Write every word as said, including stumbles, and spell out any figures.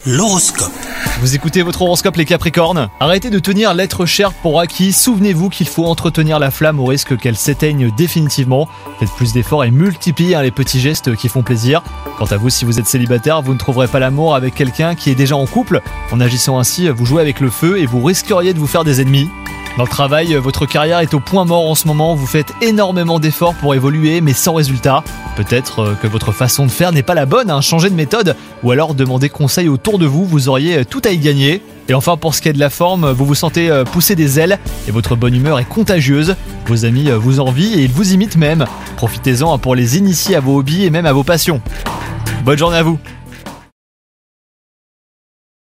L'horoscope. Vous écoutez votre horoscope les Capricornes? Arrêtez de tenir l'être cher pour acquis, souvenez-vous qu'il faut entretenir la flamme au risque qu'elle s'éteigne définitivement. Faites plus d'efforts et multipliez hein, les petits gestes qui font plaisir. Quant à vous, si vous êtes célibataire, vous ne trouverez pas l'amour avec quelqu'un qui est déjà en couple. En agissant ainsi, vous jouez avec le feu et vous risqueriez de vous faire des ennemis. Dans le travail, votre carrière est au point mort en ce moment, vous faites énormément d'efforts pour évoluer mais sans résultat. Peut-être que votre façon de faire n'est pas la bonne, hein, changez de méthode ou alors demandez conseil autour de vous, vous auriez tout à y gagner. Et enfin pour ce qui est de la forme, vous vous sentez pousser des ailes et votre bonne humeur est contagieuse. Vos amis vous envient et ils vous imitent même. Profitez-en pour les initier à vos hobbies et même à vos passions. Bonne journée à vous!